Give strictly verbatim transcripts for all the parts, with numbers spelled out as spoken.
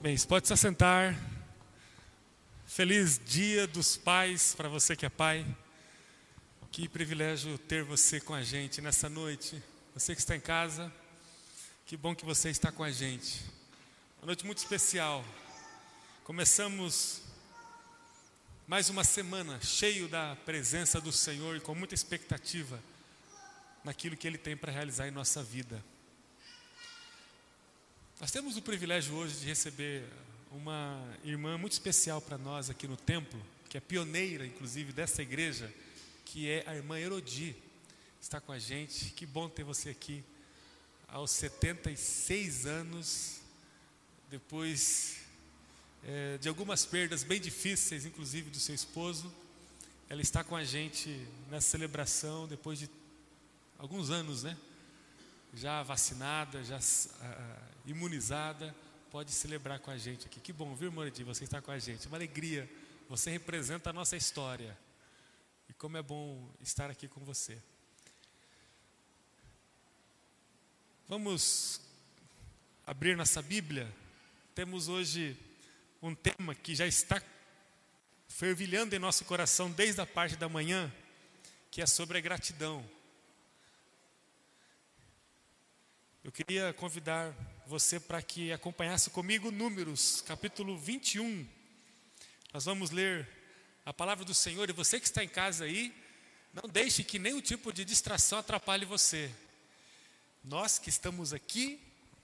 Bem, você pode se assentar. Feliz Dia dos Pais para você que é pai. Que privilégio ter você com a gente nessa noite. Você que está em casa, que bom que você está com a gente. Uma noite muito especial. Começamos mais uma semana cheio da presença do Senhor e com muita expectativa naquilo que Ele tem para realizar em nossa vida. Nós temos o privilégio hoje de receber uma irmã muito especial para nós aqui no templo, que é pioneira, inclusive, dessa igreja, que é a irmã Herodi. Está com a gente. Que bom ter você aqui aos setenta e seis anos, depois é, de algumas perdas bem difíceis, inclusive do seu esposo. Ela está com a gente nessa celebração depois de alguns anos, né? Já vacinada, já uh, imunizada, pode celebrar com a gente aqui. Que bom, viu, irmã Herodi? Você está com a gente. Uma alegria. Você representa a nossa história. E como é bom estar aqui com você. Vamos abrir nossa Bíblia. Temos hoje um tema que já está fervilhando em nosso coração desde a parte da manhã, que é sobre a gratidão. Eu queria convidar você para que acompanhasse comigo Números, capítulo vinte e um. Nós vamos ler a palavra do Senhor, e você que está em casa aí, não deixe que nenhum tipo de distração atrapalhe você. Nós que estamos aqui,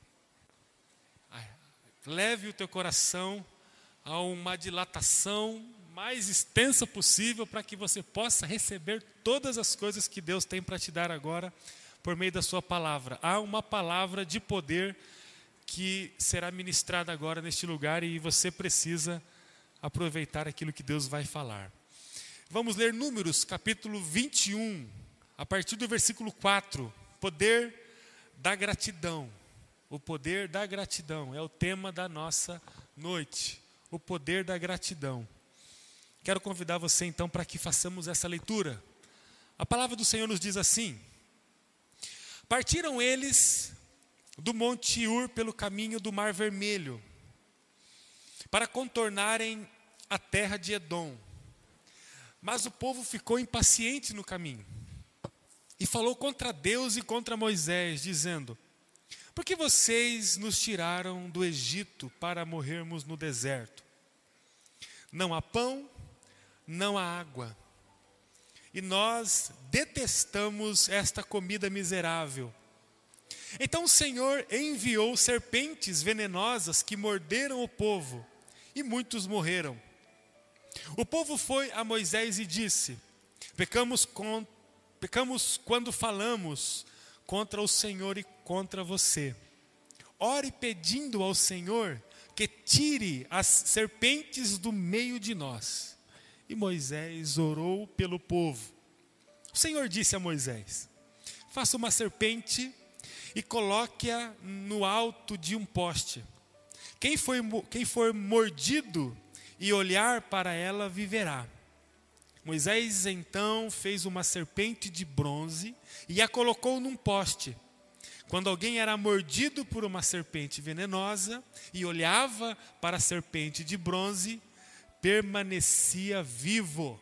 leve o teu coração a uma dilatação mais extensa possível para que você possa receber todas as coisas que Deus tem para te dar agora por meio da sua palavra. Há uma palavra de poder que será ministrada agora neste lugar e você precisa aproveitar aquilo que Deus vai falar. Vamos ler Números, capítulo vinte e um, a partir do versículo quatro. Poder da gratidão. O poder da gratidão é o tema da nossa noite. O poder da gratidão. Quero convidar você então para que façamos essa leitura. A palavra do Senhor nos diz assim: partiram eles do Monte Ur pelo caminho do Mar Vermelho, para contornarem a terra de Edom. Mas o povo ficou impaciente no caminho, e falou contra Deus e contra Moisés, dizendo: por que vocês nos tiraram do Egito para morrermos no deserto? Não há pão, não há água. E nós detestamos esta comida miserável. Então o Senhor enviou serpentes venenosas que morderam o povo, e muitos morreram. O povo foi a Moisés e disse: pecamos, com, pecamos quando falamos contra o Senhor e contra você. Ore pedindo ao Senhor que tire as serpentes do meio de nós. E Moisés orou pelo povo. O Senhor disse a Moisés: faça uma serpente e coloque-a no alto de um poste. Quem for, quem for mordido e olhar para ela viverá. Moisés então fez uma serpente de bronze e a colocou num poste. Quando alguém era mordido por uma serpente venenosa e olhava para a serpente de bronze, permanecia vivo.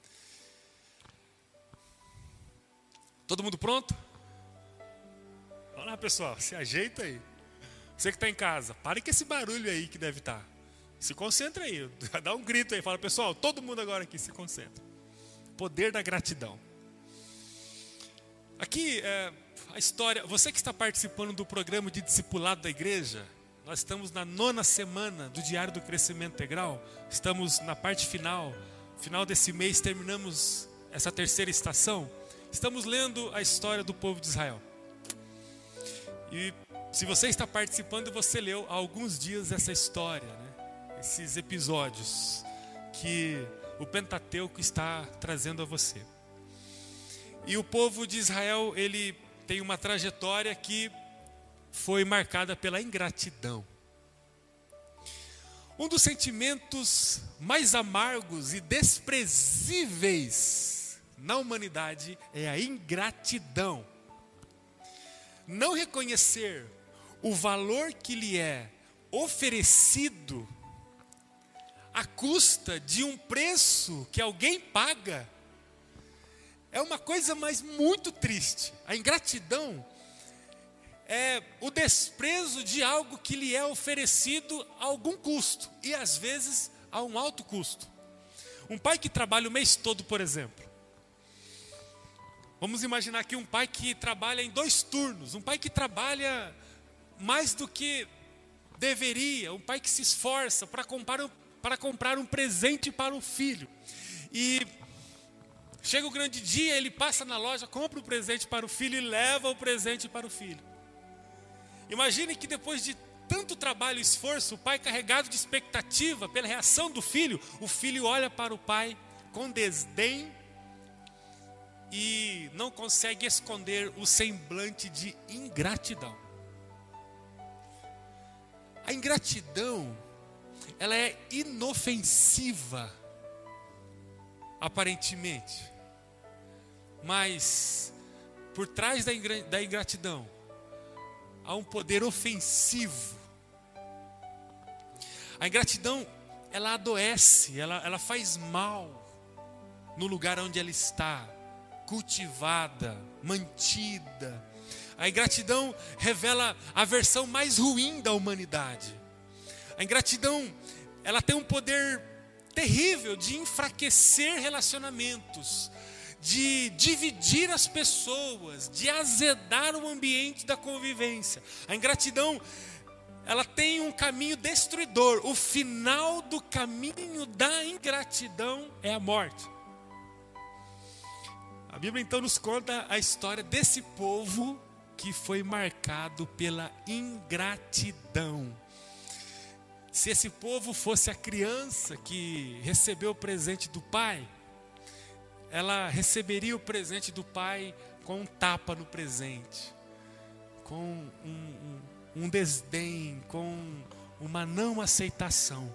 Todo mundo pronto? Vamos lá, pessoal, se ajeita aí. Você que está em casa, pare com esse barulho aí que deve estar. Se concentra aí, dá um grito aí, fala: pessoal, todo mundo agora aqui se concentra. Poder da gratidão. Aqui é a história. Você que está participando do programa de discipulado da igreja, nós estamos na nona semana do Diário do Crescimento Integral. Estamos na parte final. Final desse mês terminamos essa terceira estação. Estamos lendo a história do povo de Israel. E se você está participando, você leu há alguns dias essa história, né? Esses episódios que o Pentateuco está trazendo a você. E o povo de Israel, ele tem uma trajetória que foi marcada pela ingratidão. Um dos sentimentos mais amargos e desprezíveis na humanidade é a ingratidão. Não reconhecer o valor que lhe é oferecido à custa de um preço que alguém paga, é uma coisa mais muito triste. A ingratidão é o desprezo de algo que lhe é oferecido a algum custo, e às vezes a um alto custo. Um pai que trabalha o mês todo, por exemplo. Vamos imaginar aqui um pai que trabalha em dois turnos, um pai que trabalha mais do que deveria, um pai que se esforça para comprar, para comprar um presente para o filho. E chega o grande dia, ele passa na loja, compra o presente para o filho e leva o presente para o filho. Imagine que depois de tanto trabalho e esforço, o pai carregado de expectativa pela reação do filho, o filho olha para o pai com desdém e não consegue esconder o semblante de ingratidão. A ingratidão, ela é inofensiva, aparentemente, mas por trás da ingratidão há um poder ofensivo. A ingratidão, ela adoece, ela, ela faz mal no lugar onde ela está, cultivada, mantida. A ingratidão revela a versão mais ruim da humanidade. A ingratidão, ela tem um poder terrível de enfraquecer relacionamentos, de dividir as pessoas, de azedar o ambiente da convivência. A ingratidão, ela tem um caminho destruidor. O final do caminho da ingratidão é a morte. A Bíblia então nos conta a história desse povo que foi marcado pela ingratidão. Se esse povo fosse a criança que recebeu o presente do pai, ela receberia o presente do pai com um tapa no presente, com um, um, um desdém, com uma não aceitação.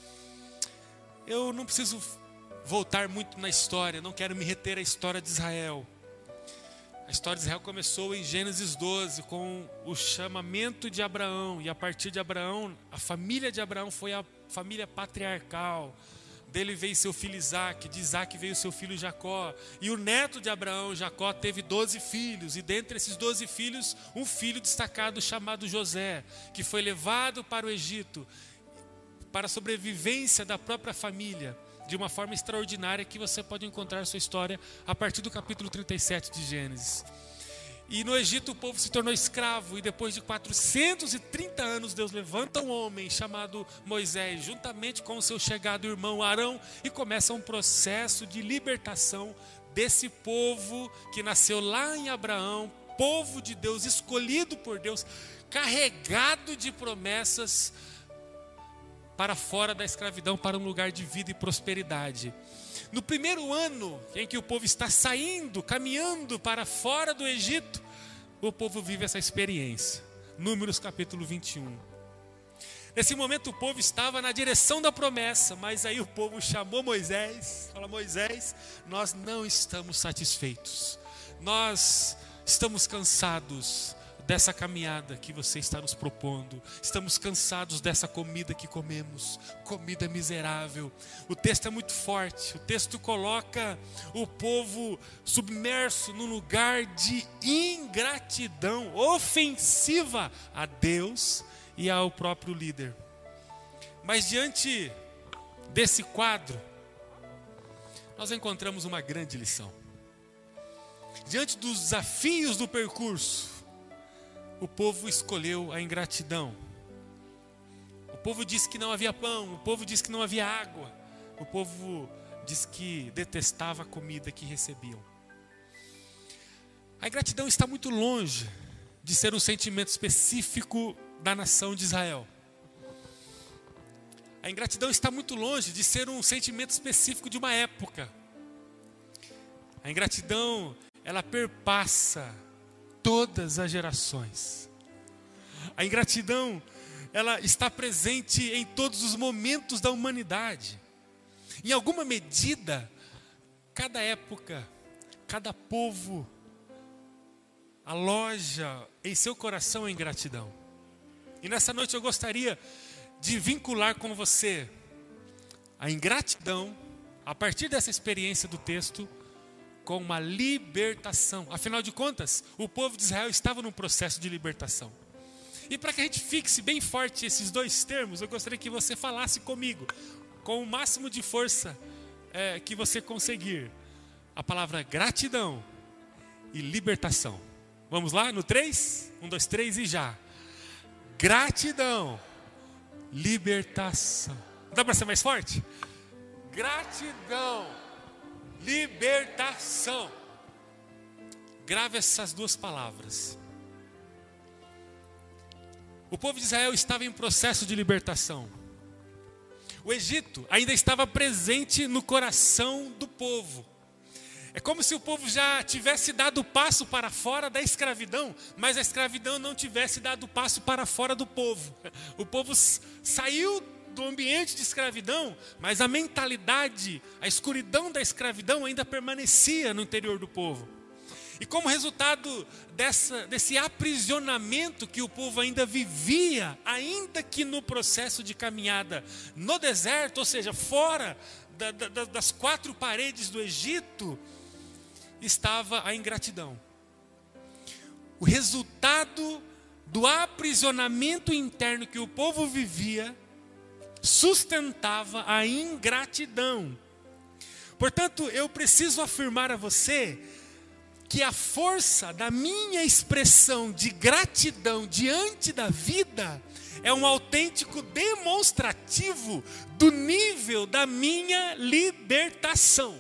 Eu não preciso voltar muito na história, não quero me reter à história de Israel. A história de Israel começou em Gênesis doze, com o chamamento de Abraão, e a partir de Abraão, a família de Abraão foi a família patriarcal. Dele veio seu filho Isaac, de Isaac veio seu filho Jacó, e o neto de Abraão, Jacó, teve doze filhos, e dentre esses doze filhos, um filho destacado chamado José, que foi levado para o Egito, para a sobrevivência da própria família, de uma forma extraordinária, que você pode encontrar a sua história a partir do capítulo trinta e sete de Gênesis. E no Egito o povo se tornou escravo, e depois de quatrocentos e trinta anos Deus levanta um homem chamado Moisés, juntamente com o seu chegado irmão Arão, e começa um processo de libertação desse povo que nasceu lá em Abraão, povo de Deus, escolhido por Deus, carregado de promessas, para fora da escravidão, para um lugar de vida e prosperidade. No primeiro ano em que o povo está saindo, caminhando para fora do Egito, o povo vive essa experiência. Números capítulo vinte e um. Nesse momento o povo estava na direção da promessa, mas aí o povo chamou Moisés, fala: Moisés, nós não estamos satisfeitos, nós estamos cansados dessa caminhada que você está nos propondo, estamos cansados dessa comida que comemos, comida miserável. O texto é muito forte, o texto coloca o povo submerso num lugar de ingratidão ofensiva a Deus e ao próprio líder. Mas diante desse quadro, nós encontramos uma grande lição. Diante dos desafios do percurso, o povo escolheu a ingratidão. O povo disse que não havia pão, o povo disse que não havia água, o povo disse que detestava a comida que recebiam. A ingratidão está muito longe de ser um sentimento específico da nação de Israel. A ingratidão está muito longe de ser um sentimento específico de uma época. A ingratidão, ela perpassa todas as gerações. A ingratidão, ela está presente em todos os momentos da humanidade. Em alguma medida, cada época, cada povo aloja em seu coração a ingratidão. E nessa noite eu gostaria de vincular com você a ingratidão, a partir dessa experiência do texto, com uma libertação. Afinal de contas, o povo de Israel estava num processo de libertação. E para que a gente fixe bem forte esses dois termos, eu gostaria que você falasse comigo, com o máximo de força é, que você conseguir, a palavra gratidão e libertação. Vamos lá? No três? Um, dois, três e já. Gratidão, libertação. Dá para ser mais forte? Gratidão, libertação. Grave essas duas palavras. O povo de Israel estava em processo de libertação. O Egito ainda estava presente no coração do povo. É como se o povo já tivesse dado o passo para fora da escravidão, mas a escravidão não tivesse dado o passo para fora do povo. O povo saiu do ambiente de escravidão, mas a mentalidade, a escuridão da escravidão ainda permanecia no interior do povo. E como resultado dessa, desse aprisionamento que o povo ainda vivia, ainda que no processo de caminhada no deserto, ou seja, fora da, da, das quatro paredes do Egito, estava a ingratidão. O resultado do aprisionamento interno que o povo vivia sustentava a ingratidão. Portanto, eu preciso afirmar a você que a força da minha expressão de gratidão diante da vida é um autêntico demonstrativo do nível da minha libertação.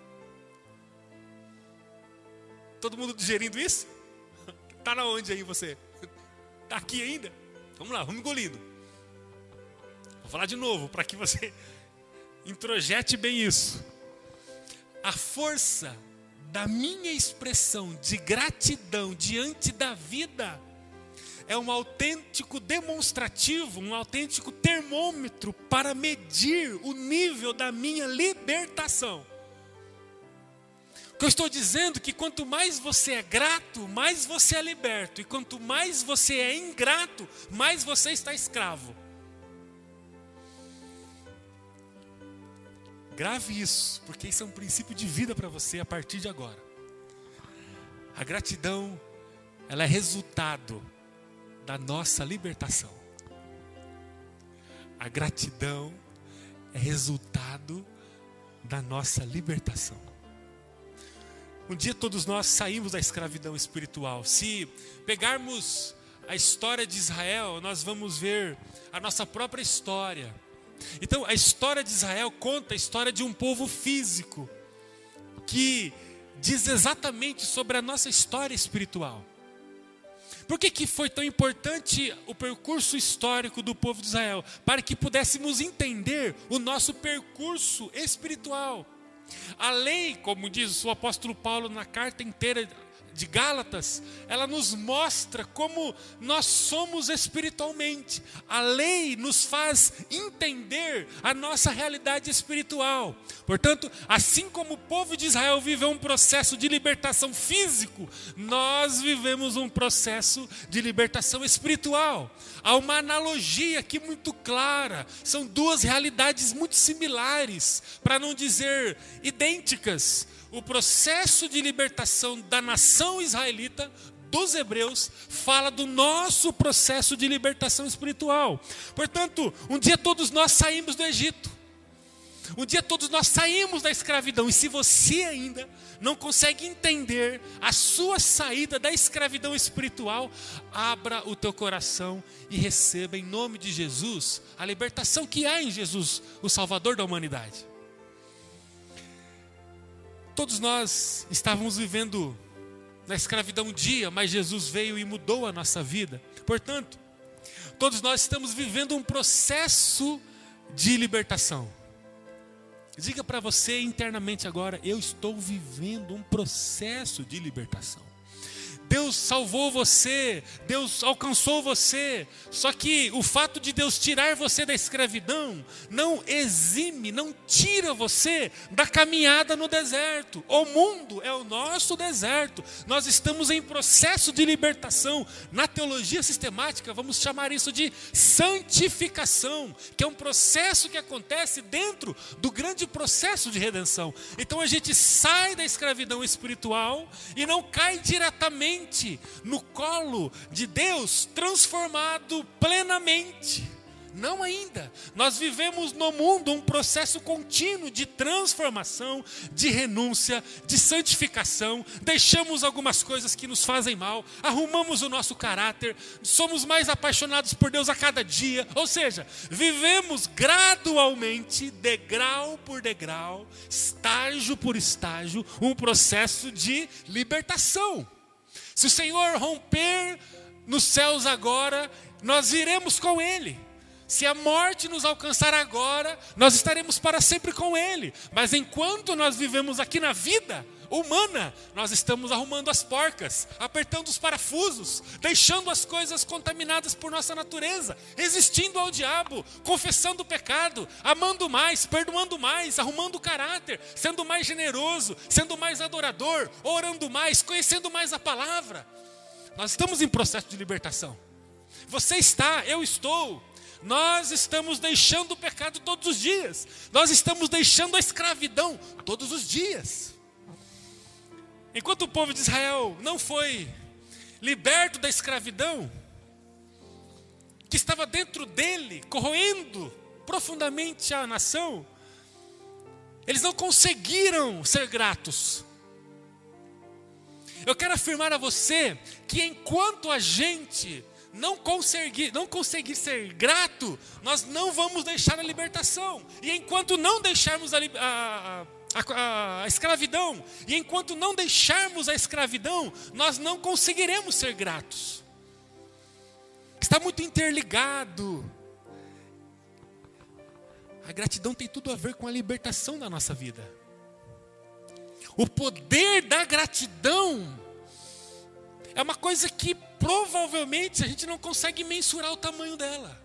Todo mundo digerindo isso? Está na onde aí você? Está aqui ainda? Vamos lá, vamos engolindo. Vou falar de novo, para que você introjete bem isso. A força da minha expressão de gratidão diante da vida é um autêntico demonstrativo, um autêntico termômetro para medir o nível da minha libertação. O que eu estou dizendo é que quanto mais você é grato, mais você é liberto. E quanto mais você é ingrato, mais você está escravo. Grave isso, porque isso é um princípio de vida para você a partir de agora. A gratidão, ela é resultado da nossa libertação. A gratidão é resultado da nossa libertação. Um dia todos nós saímos da escravidão espiritual. Se pegarmos a história de Israel, nós vamos ver a nossa própria história. Então, a história de Israel conta a história de um povo físico, que diz exatamente sobre a nossa história espiritual. Por que que foi tão importante o percurso histórico do povo de Israel? Para que pudéssemos entender o nosso percurso espiritual. A lei, como diz o apóstolo Paulo na carta inteira de Gálatas, ela nos mostra como nós somos espiritualmente. A lei nos faz entender a nossa realidade espiritual. Portanto, assim como o povo de Israel viveu um processo de libertação físico, nós vivemos um processo de libertação espiritual. Há uma analogia aqui muito clara. São duas realidades muito similares, para não dizer idênticas. O processo de libertação da nação israelita, dos hebreus, fala do nosso processo de libertação espiritual. Portanto, um dia todos nós saímos do Egito. Um dia todos nós saímos da escravidão. E se você ainda não consegue entender a sua saída da escravidão espiritual, abra o teu coração e receba em nome de Jesus a libertação que há em Jesus, o Salvador da humanidade. Todos nós estávamos vivendo na escravidão um dia, mas Jesus veio e mudou a nossa vida. Portanto, todos nós estamos vivendo um processo de libertação. Diga para você internamente agora: eu estou vivendo um processo de libertação. Deus salvou você, Deus alcançou você. Só que o fato de Deus tirar você da escravidão não exime, não tira você da caminhada no deserto. O mundo é o nosso deserto. Nós estamos em processo de libertação. Na teologia sistemática, vamos chamar isso de santificação, que é um processo que acontece dentro do grande processo de redenção. Então a gente sai da escravidão espiritual e não cai diretamente no colo de Deus, transformado plenamente. Não ainda. Nós vivemos no mundo um processo contínuo de transformação, de renúncia, de santificação. Deixamos algumas coisas que nos fazem mal, arrumamos o nosso caráter, somos mais apaixonados por Deus a cada dia. Ou seja, vivemos gradualmente, degrau por degrau, estágio por estágio, um processo de libertação. Se o Senhor romper nos céus agora, nós iremos com Ele. Se a morte nos alcançar agora, nós estaremos para sempre com Ele. Mas enquanto nós vivemos aqui na vida humana, nós estamos arrumando as porcas, apertando os parafusos, deixando as coisas contaminadas por nossa natureza, resistindo ao diabo, confessando o pecado, amando mais, perdoando mais, arrumando o caráter, sendo mais generoso, sendo mais adorador, orando mais, conhecendo mais a palavra. Nós estamos em processo de libertação. Você está, eu estou. Nós estamos deixando o pecado todos os dias. Nós estamos deixando a escravidão todos os dias. Enquanto o povo de Israel não foi liberto da escravidão, que estava dentro dele, corroendo profundamente a nação, eles não conseguiram ser gratos. Eu quero afirmar a você que enquanto a gente não conseguir, não conseguir ser grato, nós não vamos deixar a libertação. E enquanto não deixarmos a, a, a, a escravidão, e enquanto não deixarmos a escravidão, nós não conseguiremos ser gratos. Está muito interligado. A gratidão tem tudo a ver com a libertação da nossa vida. O poder da gratidão é uma coisa que provavelmente a gente não consegue mensurar o tamanho dela.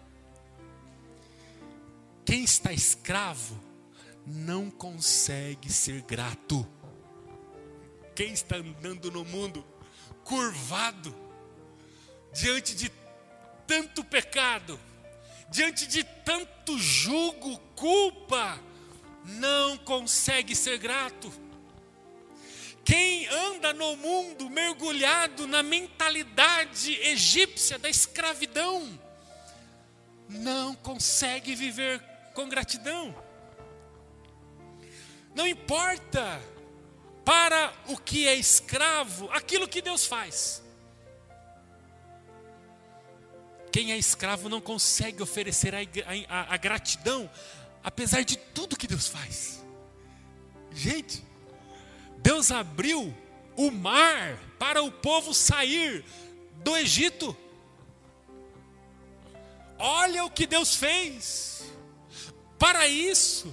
Quem está escravo não consegue ser grato. Quem está andando no mundo curvado, diante de tanto pecado, diante de tanto jugo, culpa, não consegue ser grato. Quem anda no mundo mergulhado na mentalidade egípcia da escravidão, não consegue viver com gratidão. Não importa para o que é escravo aquilo que Deus faz. Quem é escravo não consegue oferecer a, a, a gratidão, apesar de tudo que Deus faz. Gente, Deus abriu o mar para o povo sair do Egito. Olha o que Deus fez. Para isso,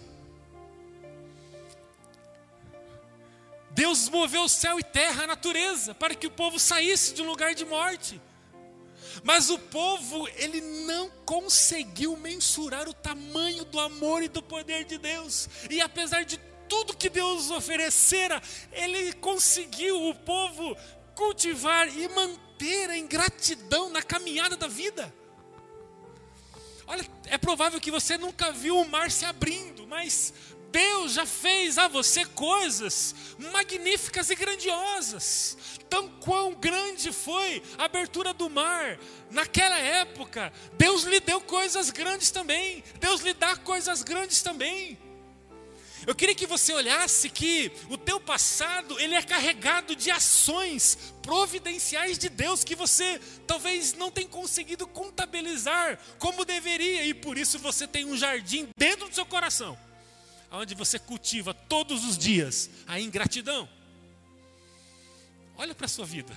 Deus moveu o céu e terra, a natureza, para que o povo saísse de um lugar de morte. Mas o povo, ele não conseguiu mensurar o tamanho do amor e do poder de Deus. E apesar de tudo que Deus oferecera, ele conseguiu o povo cultivar e manter a ingratidão na caminhada da vida. Olha, é provável que você nunca viu o mar se abrindo, mas Deus já fez a você coisas magníficas e grandiosas. Tão quão grande foi a abertura do mar naquela época, Deus lhe deu coisas grandes também. Deus lhe dá coisas grandes também. Eu queria que você olhasse que o teu passado, ele é carregado de ações providenciais de Deus que você talvez não tenha conseguido contabilizar como deveria, e por isso você tem um jardim dentro do seu coração, onde você cultiva todos os dias a ingratidão. Olha para a sua vida,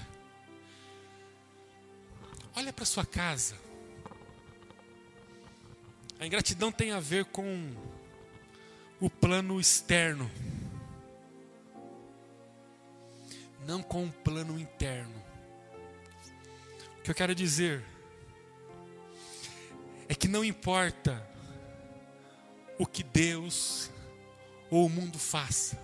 olha para a sua casa. A ingratidão tem a ver com o plano externo, não com o plano interno. que eu quero dizer é que não importa o que Deus ou o mundo faça,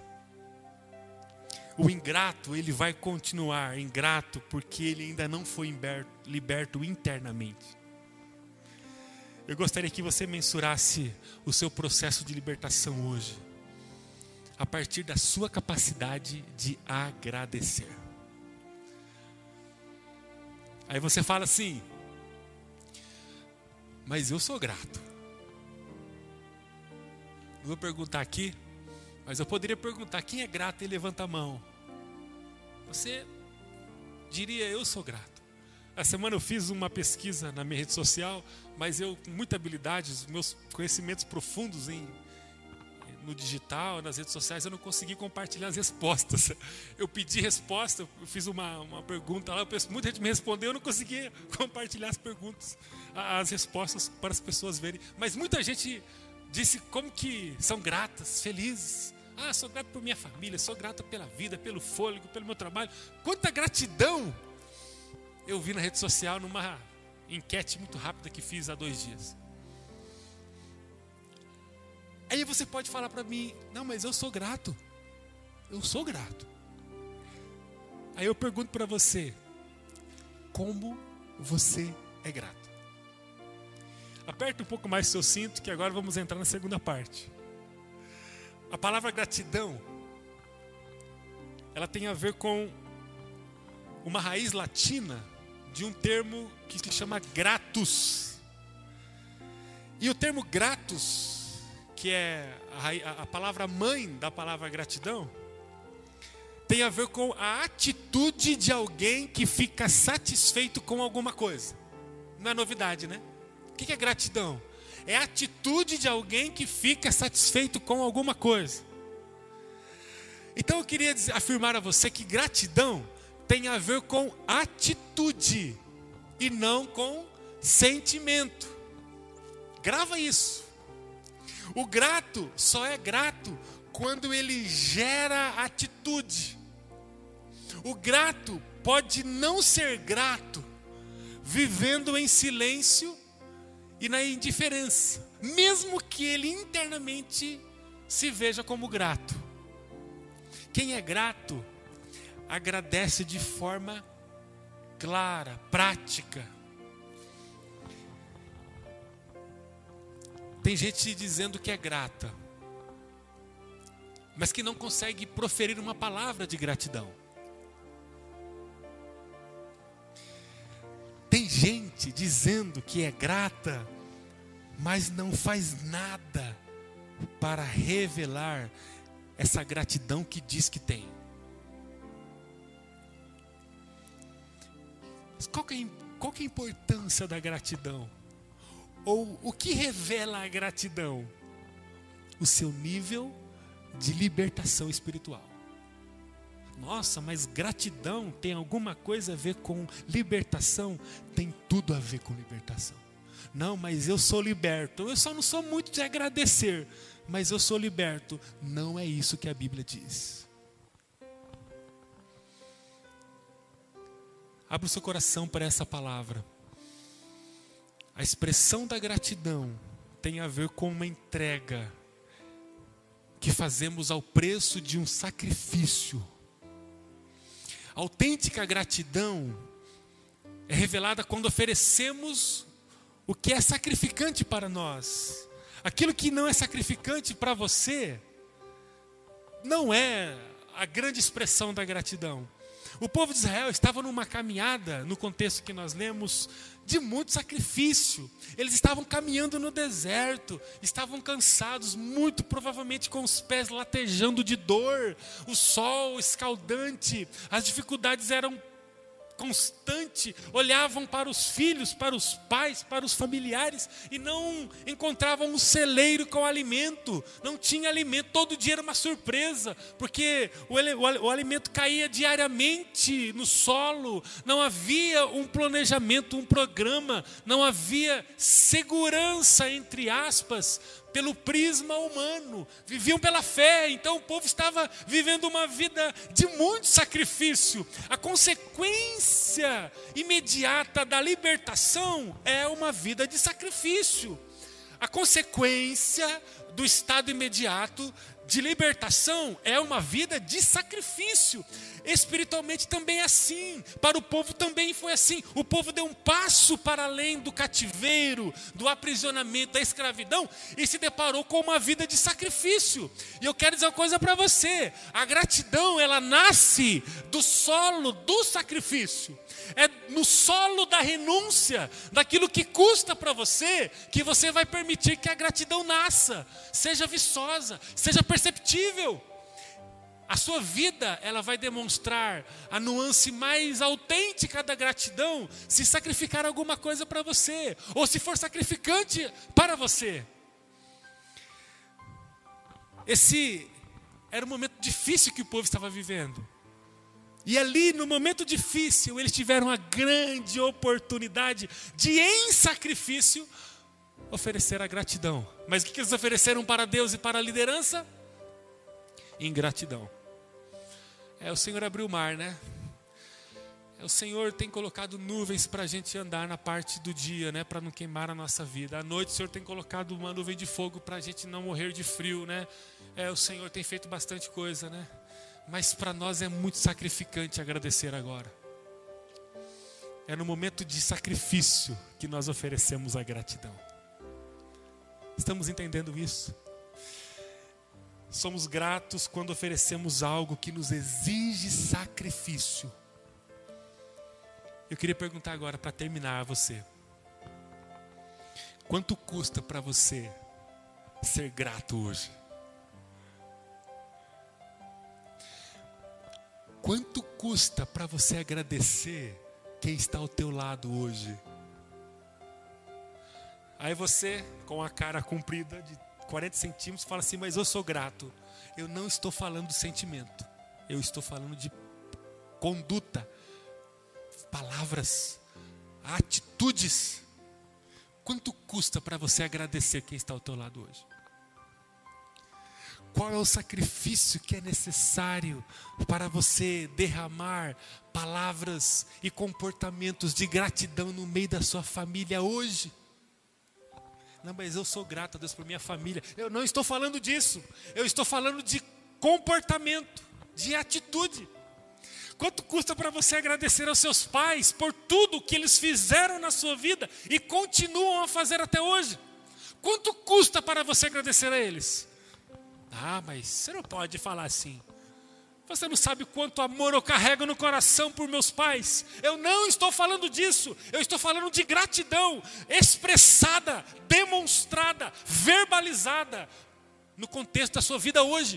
o ingrato, ele vai continuar ingrato porque ele ainda não foi liberto internamente. Eu gostaria que você mensurasse o seu processo de libertação hoje, a partir da sua capacidade de agradecer. Aí você fala assim: mas eu sou grato. Não vou perguntar aqui, mas eu poderia perguntar: quem é grato e levanta a mão? Você diria: eu sou grato. Essa semana eu fiz uma pesquisa na minha rede social, mas eu, com muita habilidade, os meus conhecimentos profundos em, no digital, nas redes sociais, eu não consegui compartilhar as respostas. Eu pedi resposta, eu fiz uma, uma pergunta lá, muita gente me respondeu, eu não consegui compartilhar as perguntas, as respostas para as pessoas verem. Mas muita gente disse como que são gratas, felizes. Ah, sou grato por minha família, sou grato pela vida, pelo fôlego, pelo meu trabalho. Quanta gratidão eu vi na rede social numa enquete muito rápida que fiz há dois dias. Aí você pode falar para mim: não, mas eu sou grato. Eu sou grato. Aí eu pergunto para você: como você é grato? Aperte um pouco mais o seu cinto, que agora vamos entrar na segunda parte. A palavra gratidão, ela tem a ver com uma raiz latina de um termo que se chama gratus. E o termo gratus, que é a, a palavra mãe da palavra gratidão, tem a ver com a atitude de alguém que fica satisfeito com alguma coisa. Não é novidade, né? O que é gratidão? É a atitude de alguém que fica satisfeito com alguma coisa. Então eu queria dizer, afirmar a você que gratidão tem a ver com atitude e não com sentimento. Grava isso. O grato só é grato quando ele gera atitude. O grato pode não ser grato vivendo em silêncio e na indiferença, mesmo que ele internamente se veja como grato. Quem é grato agradece de forma clara, prática. Tem gente dizendo que é grata, mas que não consegue proferir uma palavra de gratidão. Tem gente dizendo que é grata, mas não faz nada para revelar essa gratidão que diz que tem. Qual que é, qual que é a importância da gratidão? Ou o que revela a gratidão? O seu nível de libertação espiritual. Nossa, mas gratidão tem alguma coisa a ver com libertação? Tem tudo a ver com libertação. Não, mas eu sou liberto. Eu só não sou muito de agradecer, mas eu sou liberto. Não é isso que a Bíblia diz. Abra o seu coração para essa palavra. A expressão da gratidão tem a ver com uma entrega que fazemos ao preço de um sacrifício. A autêntica gratidão é revelada quando oferecemos o que é sacrificante para nós. Aquilo que não é sacrificante para você não é a grande expressão da gratidão. O povo de Israel estava numa caminhada, no contexto que nós lemos, de muito sacrifício. Eles estavam caminhando no deserto, estavam cansados, muito provavelmente com os pés latejando de dor, o sol escaldante, as dificuldades eram constantes, olhavam para os filhos, para os pais, para os familiares e não encontravam um celeiro com alimento, não tinha alimento, todo dia era uma surpresa, porque o, o, o alimento caía diariamente no solo, não havia um planejamento, um programa, não havia segurança, entre aspas, pelo prisma humano, viviam pela fé. Então o povo estava vivendo uma vida de muito sacrifício. A consequência consequência imediata da libertação é uma vida de sacrifício. A consequência do estado imediato de libertação é uma vida de sacrifício. Espiritualmente também é assim. Para o povo também foi assim. O povo deu um passo para além do cativeiro, do aprisionamento, da escravidão, e se deparou com uma vida de sacrifício. E eu quero dizer uma coisa para você: a gratidão, ela nasce do solo do sacrifício. É no solo da renúncia, daquilo que custa para você, que você vai permitir que a gratidão nasça, seja viçosa, seja perceptível. A sua vida, ela vai demonstrar a nuance mais autêntica da gratidão se sacrificar alguma coisa para você, ou se for sacrificante para você. Esse era um momento difícil que o povo estava vivendo. E ali, no momento difícil, eles tiveram a grande oportunidade de, em sacrifício, oferecer a gratidão. Mas o que eles ofereceram para Deus e para a liderança? Ingratidão. É, o Senhor abriu o mar, né? É, o Senhor tem colocado nuvens para a gente andar na parte do dia, né? Para não queimar a nossa vida. À noite o Senhor tem colocado uma nuvem de fogo para a gente não morrer de frio, né? É, o Senhor tem feito bastante coisa, né? Mas para nós é muito sacrificante agradecer agora. É no momento de sacrifício que nós oferecemos a gratidão. Estamos entendendo isso? Somos gratos quando oferecemos algo que nos exige sacrifício. Eu queria perguntar agora, para terminar, a você: quanto custa para você ser grato hoje? Quanto custa para você agradecer quem está ao teu lado hoje? Aí você, com a cara comprida de quarenta centímetros, fala assim: mas eu sou grato. Eu não estou falando de sentimento, eu estou falando de conduta, palavras, atitudes. Quanto custa para você agradecer quem está ao teu lado hoje? Qual é o sacrifício que é necessário para você derramar palavras e comportamentos de gratidão no meio da sua família hoje? Não, mas eu sou grato a Deus por minha família. Eu não estou falando disso. Eu estou falando de comportamento, de atitude. Quanto custa para você agradecer aos seus pais por tudo que eles fizeram na sua vida e continuam a fazer até hoje? Quanto custa para você agradecer a eles? Ah, mas você não pode falar assim. Você não sabe quanto amor eu carrego no coração por meus pais. Eu não estou falando disso. Eu estou falando de gratidão expressada, demonstrada, verbalizada no contexto da sua vida hoje.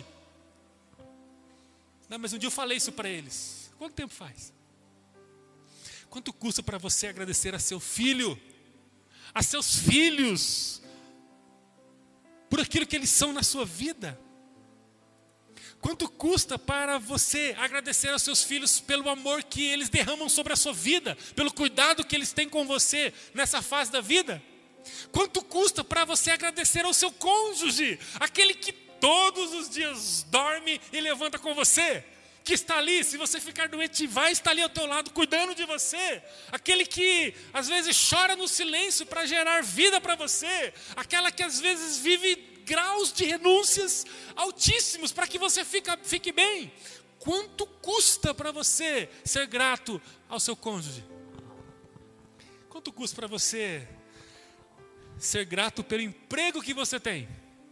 Não, mas um dia eu falei isso para eles. Quanto tempo faz? Quanto custa para você agradecer a seu filho, a seus filhos, por aquilo que eles são na sua vida? Quanto custa para você agradecer aos seus filhos pelo amor que eles derramam sobre a sua vida, pelo cuidado que eles têm com você nessa fase da vida? Quanto custa para você agradecer ao seu cônjuge, aquele que todos os dias dorme e levanta com você, que está ali, se você ficar doente, vai estar ali ao teu lado cuidando de você, aquele que às vezes chora no silêncio para gerar vida para você, aquela que às vezes vive graus de renúncias altíssimos para que você fica, fique bem. Quanto custa para você ser grato ao seu cônjuge? Quanto custa para você ser grato pelo emprego que você tem?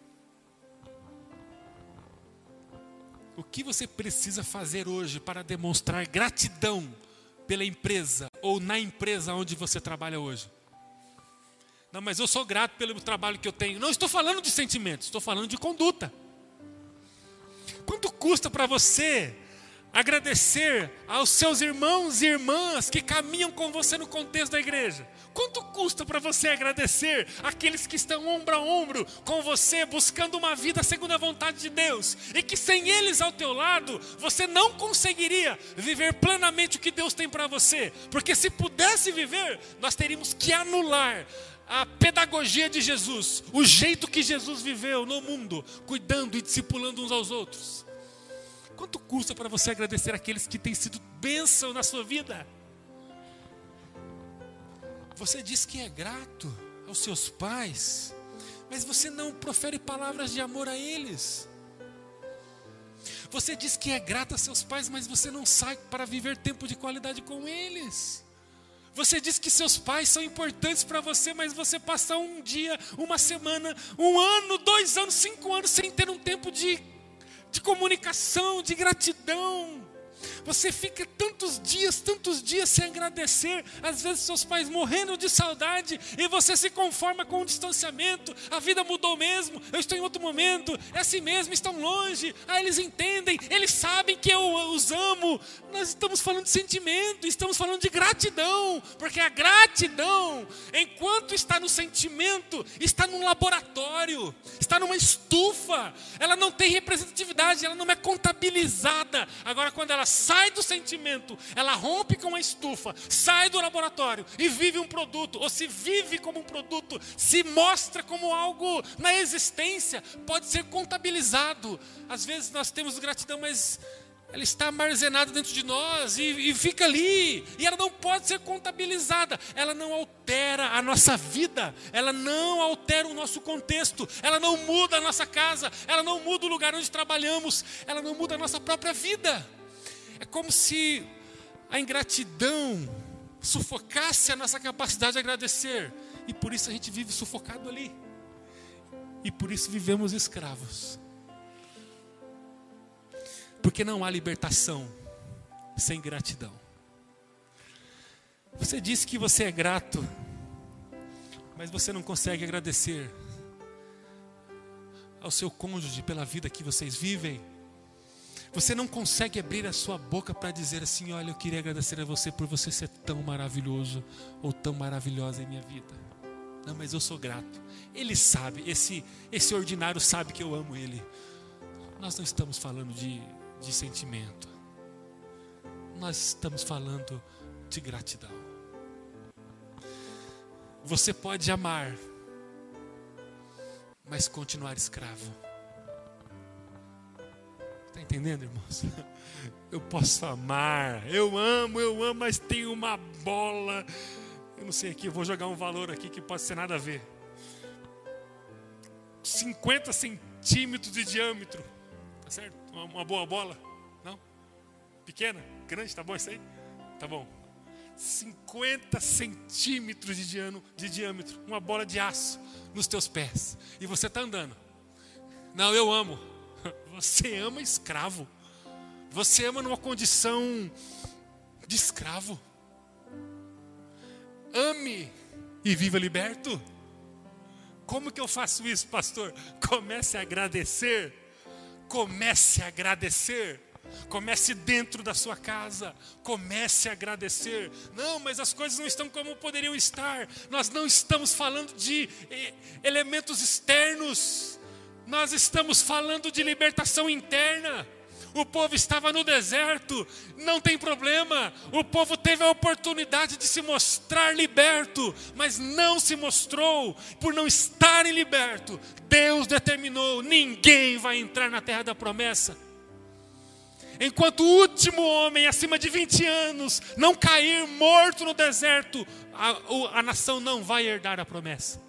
O que você precisa fazer hoje para demonstrar gratidão pela empresa ou na empresa onde você trabalha hoje? Não, mas eu sou grato pelo trabalho que eu tenho. Não estou falando de sentimentos, estou falando de conduta. Quanto custa para você agradecer aos seus irmãos e irmãs que caminham com você no contexto da igreja? Quanto custa para você agradecer aqueles que estão ombro a ombro com você, buscando uma vida segundo a vontade de Deus, e que sem eles ao teu lado, você não conseguiria viver plenamente o que Deus tem para você? Porque se pudesse viver, nós teríamos que anular a pedagogia de Jesus, o jeito que Jesus viveu no mundo, cuidando e discipulando uns aos outros. Quanto custa para você agradecer aqueles que têm sido bênção na sua vida? Você diz que é grato aos seus pais, mas você não profere palavras de amor a eles. Você diz que é grato a seus pais, mas você não sai para viver tempo de qualidade com eles. Você diz que seus pais são importantes para você, mas você passa um dia, uma semana, um ano, dois anos, cinco anos sem ter um tempo de, de comunicação, de gratidão. Você fica tantos dias, tantos dias sem agradecer. Às vezes seus pais morrendo de saudade e você se conforma com o distanciamento. A vida mudou mesmo, eu estou em outro momento, é assim mesmo, estão longe. Ah, eles entendem, eles sabem que eu os amo. Nós estamos falando de sentimento, estamos falando de gratidão. Porque a gratidão, enquanto está no sentimento, está num laboratório, está numa estufa. Ela não tem representatividade, ela não é contabilizada. Agora quando ela sai do sentimento, ela rompe com a estufa, sai do laboratório e vive um produto, ou se vive como um produto, se mostra como algo na existência, pode ser contabilizado. Às vezes nós temos gratidão, mas ela está armazenada dentro de nós e, e fica ali, e ela não pode ser contabilizada. Ela não altera a nossa vida, ela não altera o nosso contexto, ela não muda a nossa casa, ela não muda o lugar onde trabalhamos, ela não muda a nossa própria vida. É como se a ingratidão sufocasse a nossa capacidade de agradecer. E por isso a gente vive sufocado ali. E por isso vivemos escravos. Porque não há libertação sem gratidão. Você diz que você é grato, mas você não consegue agradecer ao seu cônjuge pela vida que vocês vivem. Você não consegue abrir a sua boca para dizer assim: olha, eu queria agradecer a você por você ser tão maravilhoso ou tão maravilhosa em minha vida. Não, mas eu sou grato. Ele sabe, esse, esse ordinário sabe que eu amo ele. Nós não estamos falando de, de sentimento. Nós estamos falando de gratidão. Você pode amar, mas continuar escravo. Está entendendo, irmãos? Eu posso amar, eu amo, eu amo, mas tem uma bola. Eu não sei aqui, eu vou jogar um valor aqui que pode ser nada a ver. cinquenta centímetros de diâmetro. Tá certo? Uma, uma boa bola? Não? Pequena? Grande? Tá bom isso aí? Tá bom. cinquenta centímetros de, diano, de diâmetro. Uma bola de aço nos teus pés. E você está andando. Não, eu amo. Você ama escravo. Você ama numa condição de escravo. Ame e viva liberto. Como que eu faço isso, pastor? Comece a agradecer. Comece a agradecer. Comece dentro da sua casa. Comece a agradecer. Não, mas as coisas não estão como poderiam estar. Nós não estamos falando de elementos externos. Nós estamos falando de libertação interna. O povo estava no deserto, não tem problema. O povo teve a oportunidade de se mostrar liberto, mas não se mostrou. Por não estarem liberto, Deus determinou: ninguém vai entrar na terra da promessa. Enquanto o último homem acima de vinte anos não cair morto no deserto, a, a nação não vai herdar a promessa.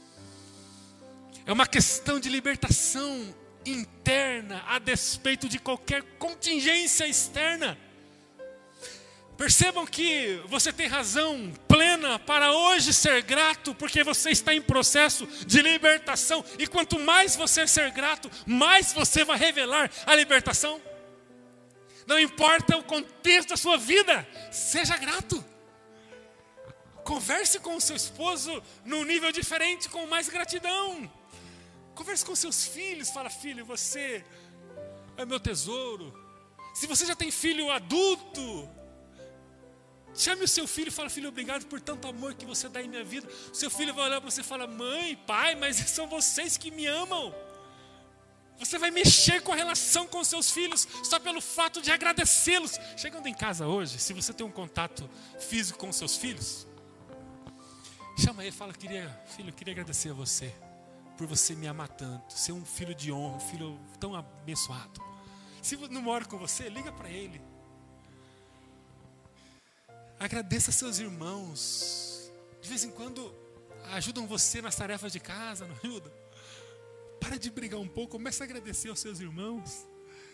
É uma questão de libertação interna, a despeito de qualquer contingência externa. Percebam que você tem razão plena para hoje ser grato, porque você está em processo de libertação. E quanto mais você ser grato, mais você vai revelar a libertação. Não importa o contexto da sua vida, seja grato. Converse com o seu esposo num nível diferente, com mais gratidão. Converse com seus filhos, fala: filho, você é meu tesouro. Se você já tem filho adulto, chame o seu filho e fala: filho, obrigado por tanto amor que você dá em minha vida. O seu filho vai olhar para você e fala: mãe, pai, mas são vocês que me amam. Você vai mexer com a relação com os seus filhos só pelo fato de agradecê-los. Chegando em casa hoje, se você tem um contato físico com os seus filhos, chama ele e fala: queria, filho, eu queria agradecer a você por você me amar tanto, ser um filho de honra, um filho tão abençoado. Se não mora com você, liga para ele. Agradeça a seus irmãos de vez em quando ajudam você nas tarefas de casa, não ajuda? Para de brigar um pouco, começa a agradecer aos seus irmãos.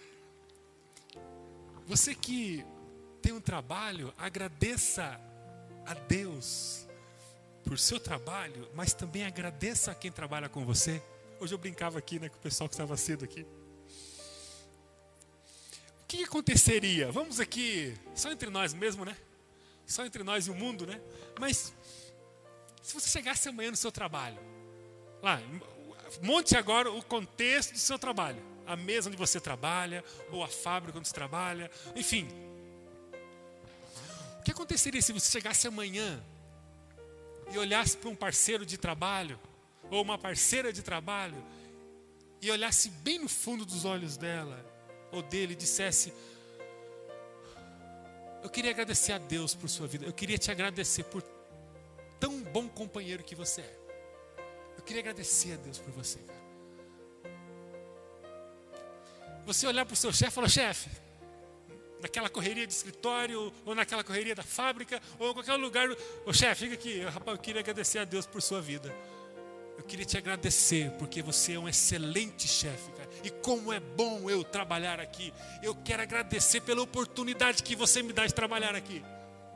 Você que tem um trabalho, agradeça a Deus por seu trabalho, mas também agradeça a quem trabalha com você. Hoje eu brincava aqui, né, com o pessoal que estava cedo aqui. O que aconteceria? Vamos aqui, só entre nós mesmo, né? Só entre nós e o mundo, né? Mas se você chegasse amanhã no seu trabalho, lá, monte agora o contexto do seu trabalho. A mesa onde você trabalha, ou a fábrica onde você trabalha, enfim. O que aconteceria se você chegasse amanhã e olhasse para um parceiro de trabalho, ou uma parceira de trabalho, e olhasse bem no fundo dos olhos dela, ou dele, e dissesse: eu queria agradecer a Deus por sua vida, eu queria te agradecer por tão bom companheiro que você é. Eu queria agradecer a Deus por você, cara. Você olhar para o seu chefe e falar: chefe, naquela correria de escritório, ou naquela correria da fábrica, ou em qualquer lugar, ô chefe, fica aqui, rapaz, eu queria agradecer a Deus por sua vida. Eu queria te agradecer, porque você é um excelente chefe, cara. E como é bom eu trabalhar aqui. Eu quero agradecer pela oportunidade que você me dá de trabalhar aqui.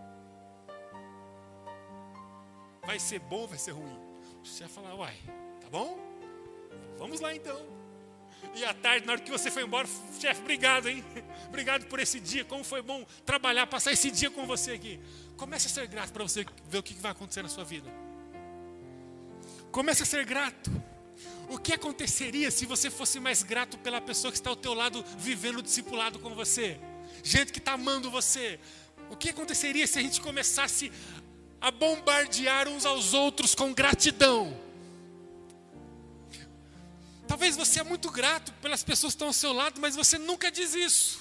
Vai ser bom ou vai ser ruim? O chefe fala: uai, tá bom? Vamos lá então. E à tarde, na hora que você foi embora: chefe, obrigado, hein? Obrigado por esse dia, como foi bom trabalhar, passar esse dia com você aqui. Comece a ser grato para você ver o que vai acontecer na sua vida. Comece a ser grato. O que aconteceria se você fosse mais grato pela pessoa que está ao teu lado, vivendo o discipulado com você? Gente que está amando você. O que aconteceria se a gente começasse a bombardear uns aos outros com gratidão? Talvez você é muito grato pelas pessoas que estão ao seu lado, mas você nunca diz isso.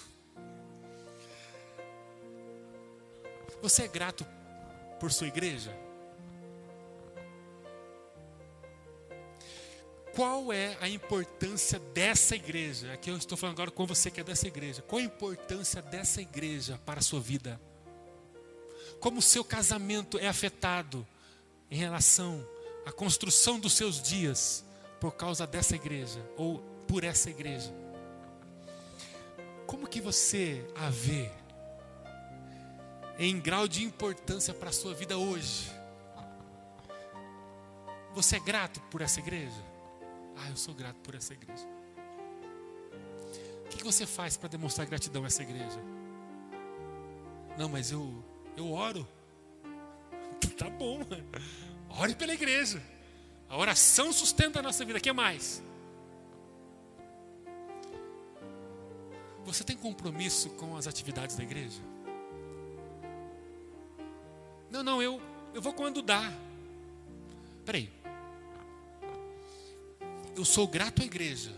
Você é grato por sua igreja? Qual é a importância dessa igreja? Aqui eu estou falando agora com você que é dessa igreja. Qual a importância dessa igreja para a sua vida? Como o seu casamento é afetado em relação à construção dos seus dias por causa dessa igreja ou por essa igreja? Como que você a vê em grau de importância para a sua vida hoje? Você é grato por essa igreja? Ah, eu sou grato por essa igreja. O que você faz para demonstrar gratidão a essa igreja? Não, mas eu, eu oro. Tá bom, ore pela igreja. A oração sustenta a nossa vida. O que mais? Você tem compromisso com as atividades da igreja? Não, não, eu, eu vou quando dá. Peraí. Eu sou grato à igreja.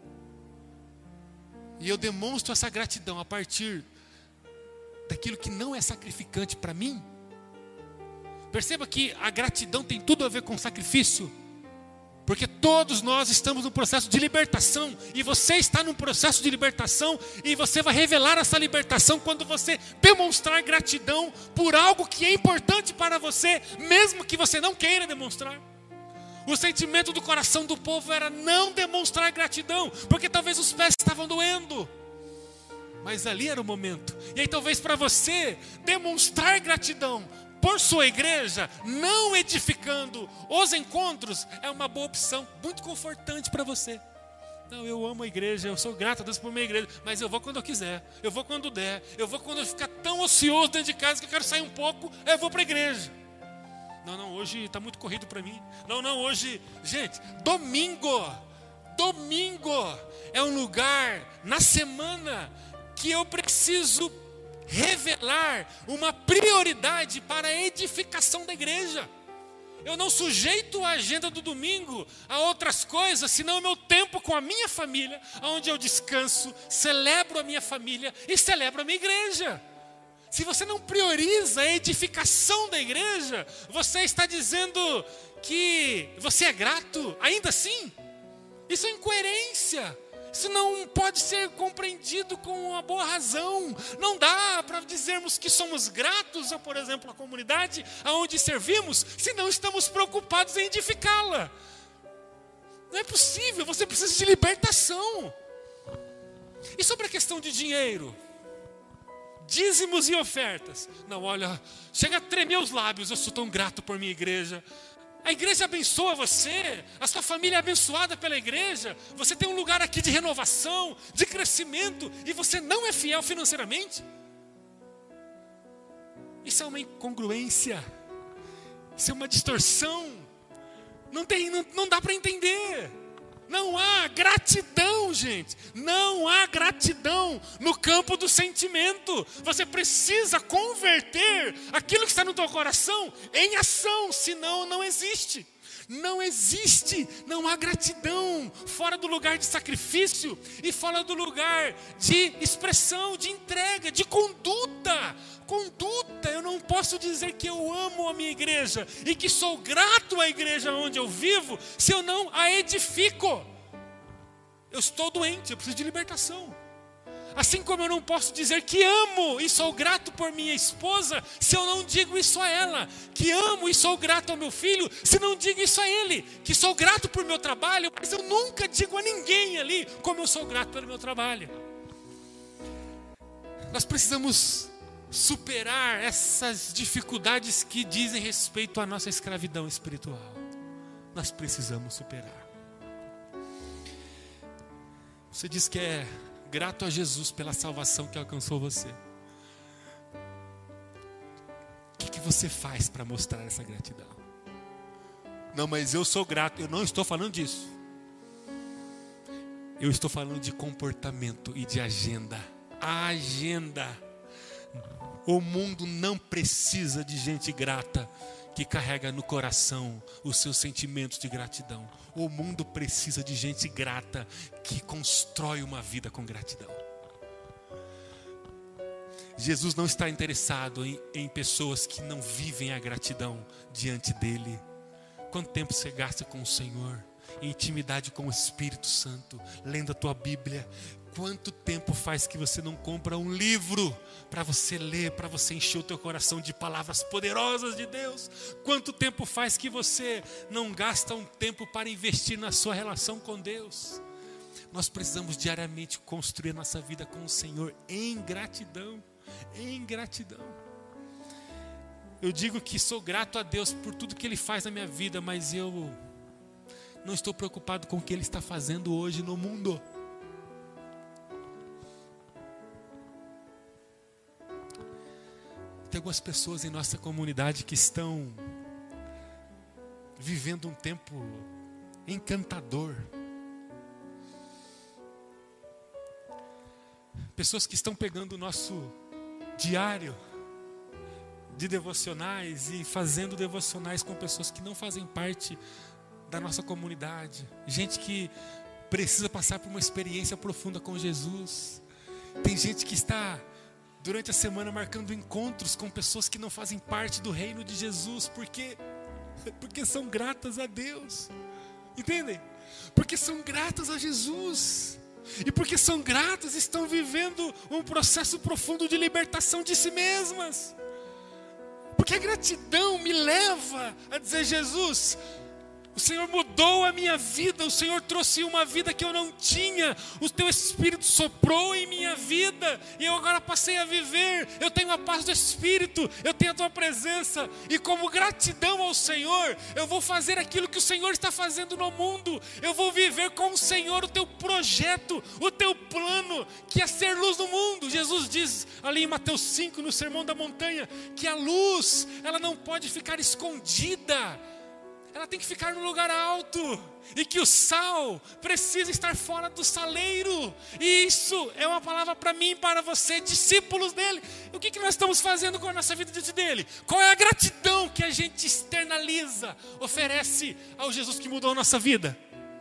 E eu demonstro essa gratidão a partir daquilo que não é sacrificante para mim. Perceba que a gratidão tem tudo a ver com sacrifício. Porque todos nós estamos num processo de libertação. E você está num processo de libertação. E você vai revelar essa libertação quando você demonstrar gratidão por algo que é importante para você, mesmo que você não queira demonstrar. O sentimento do coração do povo era não demonstrar gratidão, porque talvez os pés estavam doendo. Mas ali era o momento. E aí talvez para você demonstrar gratidão por sua igreja, não edificando os encontros, é uma boa opção, muito confortante para você. Não, eu amo a igreja, eu sou grato a Deus por minha igreja, mas eu vou quando eu quiser, eu vou quando der, eu vou quando eu ficar tão ocioso dentro de casa que eu quero sair um pouco, eu vou para a igreja. Não, não, hoje está muito corrido para mim. Não, não, hoje... Gente, domingo, domingo é um lugar na semana que eu preciso revelar uma prioridade para a edificação da igreja. Eu não sujeito a agenda do domingo a outras coisas, senão o meu tempo com a minha família, onde eu descanso, celebro a minha família e celebro a minha igreja. Se você não prioriza a edificação da igreja, você está dizendo que você é grato, ainda assim. Isso é incoerência. Isso não pode ser compreendido com uma boa razão. Não dá para dizermos que somos gratos, a, por exemplo, a comunidade aonde servimos, se não estamos preocupados em edificá-la. Não é possível, você precisa de libertação. E sobre a questão de dinheiro? Dízimos e ofertas. Não, olha, chega a tremer os lábios, eu sou tão grato por minha igreja. A igreja abençoa você, a sua família é abençoada pela igreja, você tem um lugar aqui de renovação, de crescimento, e você não é fiel financeiramente? Isso é uma incongruência, isso é uma distorção, não, tem, não, não dá para entender. Não há gratidão, gente. Não há gratidão no campo do sentimento. Você precisa converter aquilo que está no teu coração em ação, senão não existe. Não existe, não há gratidão fora do lugar de sacrifício e fora do lugar de expressão, de entrega, de conduta. Conduta, eu não posso dizer que eu amo a minha igreja e que sou grato à igreja onde eu vivo se eu não a edifico. Eu estou doente, eu preciso de libertação. Assim como eu não posso dizer que amo e sou grato por minha esposa, se eu não digo isso a ela. Que amo e sou grato ao meu filho, se não digo isso a ele. Que sou grato por meu trabalho, mas eu nunca digo a ninguém ali como eu sou grato pelo meu trabalho. Nós precisamos superar essas dificuldades que dizem respeito à nossa escravidão espiritual. Nós precisamos superar. Você diz que é grato a Jesus pela salvação que alcançou você. O que, que você faz para mostrar essa gratidão? Não, mas eu sou grato. Eu não estou falando disso. Eu estou falando de comportamento e de agenda. A agenda. O mundo não precisa de gente grata que carrega no coração os seus sentimentos de gratidão. O mundo precisa de gente grata que constrói uma vida com gratidão. Jesus não está interessado em, em pessoas que não vivem a gratidão diante dele. Quanto tempo você gasta com o Senhor? Em intimidade com o Espírito Santo, lendo a tua Bíblia. Quanto tempo faz que você não compra um livro para você ler, para você encher o teu coração de palavras poderosas de Deus? Quanto tempo faz que você não gasta um tempo para investir na sua relação com Deus? Nós precisamos diariamente construir nossa vida com o Senhor em gratidão, em gratidão. Eu digo que sou grato a Deus por tudo que Ele faz na minha vida, mas eu não estou preocupado com o que Ele está fazendo hoje no mundo. Tem algumas pessoas em nossa comunidade que estão vivendo um tempo encantador. Pessoas que estão pegando o nosso diário de devocionais e fazendo devocionais com pessoas que não fazem parte da nossa comunidade. Gente que precisa passar por uma experiência profunda com Jesus. Tem gente que está durante a semana marcando encontros com pessoas que não fazem parte do reino de Jesus. Por quê? Porque são gratas a Deus. Entendem? Porque são gratas a Jesus. E porque são gratas, estão vivendo um processo profundo de libertação de si mesmas. Porque a gratidão me leva a dizer: Jesus, o Senhor mudou a minha vida, o Senhor trouxe uma vida que eu não tinha, o Teu Espírito soprou em minha vida, e eu agora passei a viver, eu tenho a paz do Espírito, eu tenho a Tua presença, e como gratidão ao Senhor, eu vou fazer aquilo que o Senhor está fazendo no mundo, eu vou viver com o Senhor o Teu projeto, o Teu plano, que é ser luz no mundo. Jesus diz ali em Mateus cinco, no Sermão da Montanha, que a luz, ela não pode ficar escondida, ela tem que ficar no lugar alto, e que o sal precisa estar fora do saleiro. E isso é uma palavra para mim e para você, discípulos dele. O que, que nós estamos fazendo com a nossa vida diante dele? Qual é a gratidão que a gente externaliza, oferece ao Jesus que mudou a nossa vida?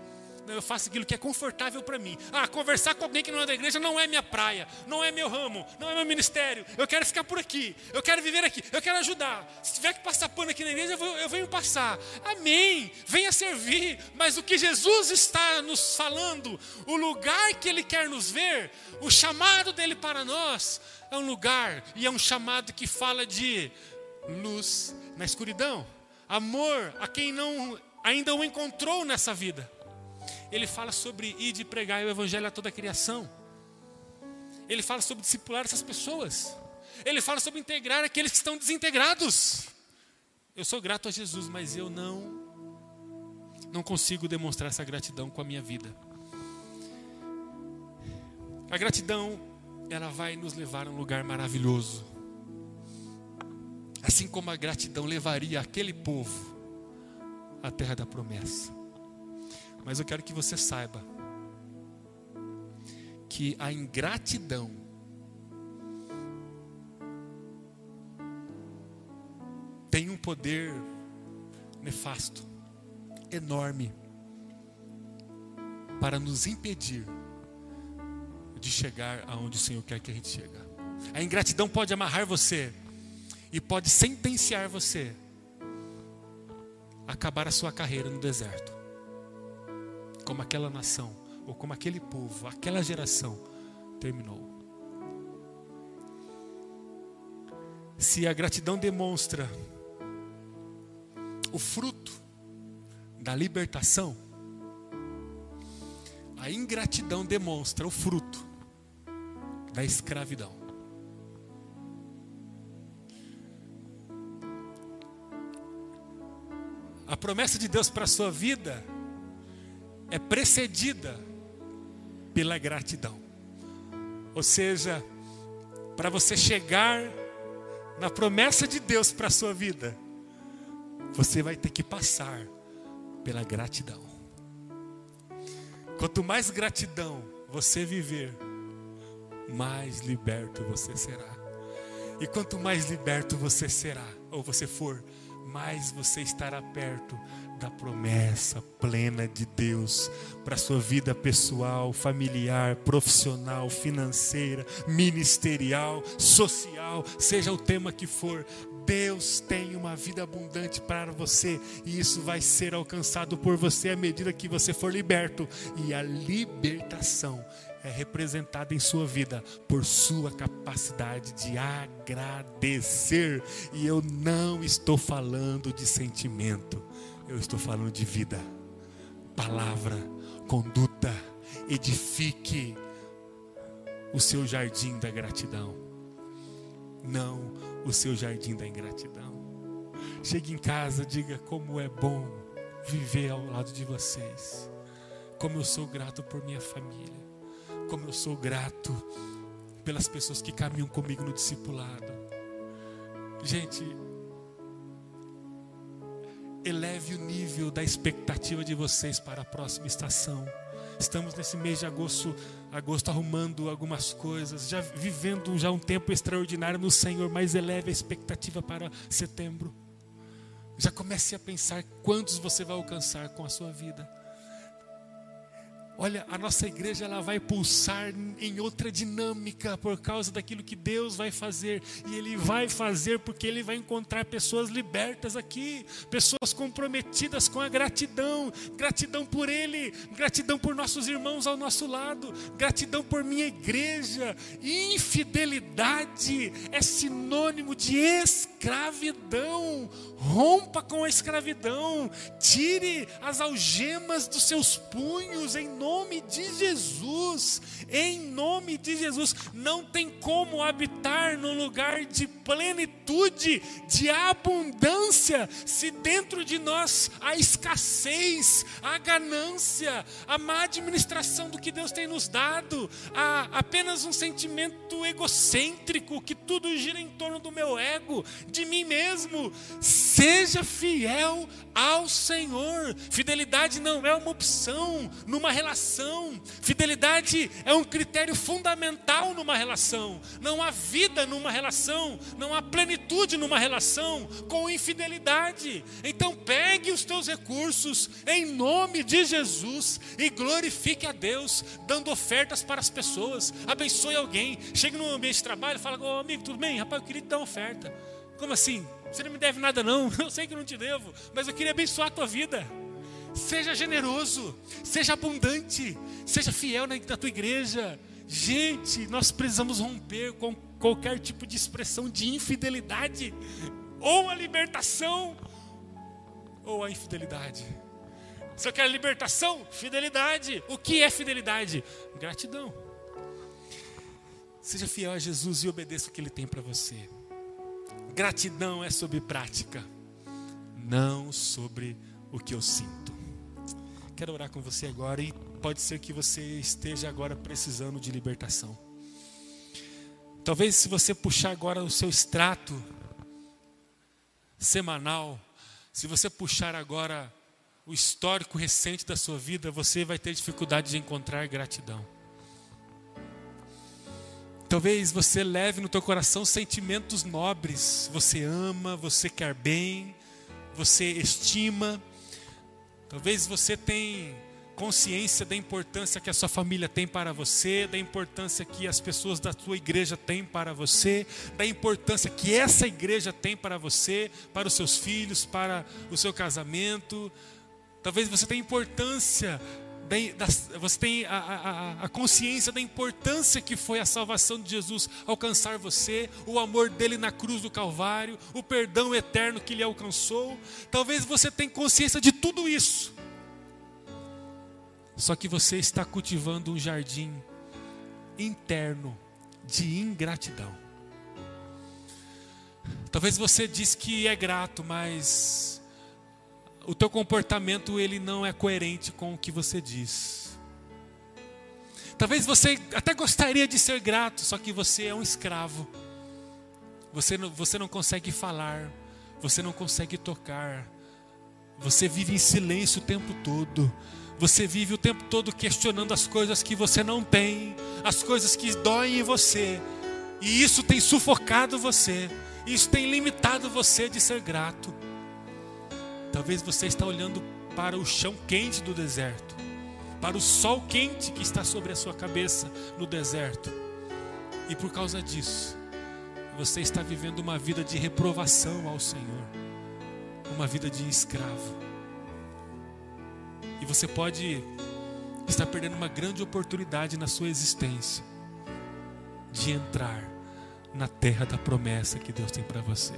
eu faço aquilo que é confortável para mim. Ah, conversar com alguém que não é da igreja não é minha praia, não é meu ramo, não é meu ministério. Eu quero ficar por aqui, eu quero viver aqui, eu quero ajudar. Se tiver que passar pano aqui na igreja, eu, vou, eu venho passar. Amém, venha servir. Mas o que Jesus está nos falando, o lugar que Ele quer nos ver, o chamado dEle para nós, é um lugar e é um chamado que fala de luz na escuridão. Amor a quem não ainda o encontrou nessa vida. Ele fala sobre ir de pregar o evangelho a toda a criação. Ele fala sobre discipular essas pessoas. Ele fala sobre integrar aqueles que estão desintegrados. Eu sou grato a Jesus, mas eu não não consigo demonstrar essa gratidão com a minha vida. A gratidão, ela vai nos levar a um lugar maravilhoso. Assim como a gratidão levaria aquele povo à terra da promessa. Mas eu quero que você saiba que a ingratidão tem um poder nefasto, enorme, para nos impedir de chegar aonde o Senhor quer que a gente chegue. A ingratidão pode amarrar você e pode sentenciar você a acabar a sua carreira no deserto, como aquela nação, ou como aquele povo, aquela geração terminou. Se a gratidão demonstra o fruto da libertação, a ingratidão demonstra o fruto da escravidão. A promessa de Deus para a sua vida é precedida pela gratidão. Ou seja, para você chegar na promessa de Deus para a sua vida, você vai ter que passar pela gratidão. Quanto mais gratidão você viver, mais liberto você será. E quanto mais liberto você será, ou você for, mais você estará perto da promessa plena de Deus para a sua vida pessoal, familiar, profissional, financeira, ministerial, social, seja o tema que for. Deus tem uma vida abundante para você e isso vai ser alcançado por você à medida que você for liberto. E a libertação é representada em sua vida por sua capacidade de agradecer. E eu não estou falando de sentimento, eu estou falando de vida, palavra, conduta. Edifique o seu jardim da gratidão, não o seu jardim da ingratidão. Chegue em casa, diga como é bom viver ao lado de vocês, como eu sou grato por minha família, como eu sou grato pelas pessoas que caminham comigo no discipulado. Gente, eleve o nível da expectativa de vocês para a próxima estação. Estamos nesse mês de agosto, agosto arrumando algumas coisas, já vivendo já um tempo extraordinário no Senhor, mas eleve a expectativa para setembro. Já comece a pensar quantos você vai alcançar com a sua vida. Olha, a nossa igreja ela vai pulsar em outra dinâmica por causa daquilo que Deus vai fazer. E Ele vai fazer porque Ele vai encontrar pessoas libertas aqui, pessoas comprometidas com a gratidão. Gratidão por Ele, gratidão por nossos irmãos ao nosso lado, gratidão por minha igreja. Infidelidade é sinônimo de escravidão. Rompa com a escravidão, tire as algemas dos seus punhos em nome de Jesus. Em nome de Jesus. Não tem como habitar num lugar de plenitude, de abundância, se dentro de nós há escassez, há ganância, a má administração do que Deus tem nos dado, há apenas um sentimento egocêntrico, que tudo gira em torno do meu ego, de mim mesmo. Seja fiel ao Senhor. Fidelidade não é uma opção numa relação relação. Fidelidade é um critério fundamental numa relação. Não há vida numa relação, não há plenitude numa relação com infidelidade. Então pegue os teus recursos em nome de Jesus e glorifique a Deus, dando ofertas para as pessoas. Abençoe alguém. Chegue num ambiente de trabalho e fala: ô amigo, tudo bem? Rapaz, eu queria te dar uma oferta. Como assim? Você não me deve nada não, eu sei que eu não te devo, mas eu queria abençoar a tua vida. Seja generoso, seja abundante, seja fiel na, na tua igreja. Gente, nós precisamos romper com qualquer tipo de expressão de infidelidade, ou a libertação, ou a infidelidade. Se eu quero libertação, fidelidade. O que é fidelidade? Gratidão. Seja fiel a Jesus e obedeça o que Ele tem para você. Gratidão é sobre prática, não sobre o que eu sinto. Quero orar com você agora e pode ser que você esteja agora precisando de libertação. Talvez se você puxar agora o seu extrato semanal, se você puxar agora o histórico recente da sua vida, você vai ter dificuldade de encontrar gratidão. Talvez você leve no teu coração sentimentos nobres. Você ama, você quer bem, você estima. Talvez você tenha consciência da importância que a sua família tem para você, da importância que as pessoas da sua igreja têm para você, da importância que essa igreja tem para você, para os seus filhos, para o seu casamento. Talvez você tenha importância, você tem a, a, a consciência da importância que foi a salvação de Jesus alcançar você, o amor dele na cruz do Calvário, o perdão eterno que lhe alcançou. Talvez você tenha consciência de tudo isso, só que você está cultivando um jardim interno de ingratidão. Talvez você diz que é grato, mas o teu comportamento ele não é coerente com o que você diz. Talvez você até gostaria de ser grato, só que você é um escravo. Você não, você não consegue falar, você não consegue tocar. Você vive em silêncio o tempo todo. Você vive o tempo todo questionando as coisas que você não tem, as coisas que doem em você. E isso tem sufocado você. Isso tem limitado você de ser grato. Talvez você está olhando para o chão quente do deserto, para o sol quente que está sobre a sua cabeça no deserto. E por causa disso, você está vivendo uma vida de reprovação ao Senhor, uma vida de escravo. E você pode estar perdendo uma grande oportunidade na sua existência de entrar na terra da promessa que Deus tem para você.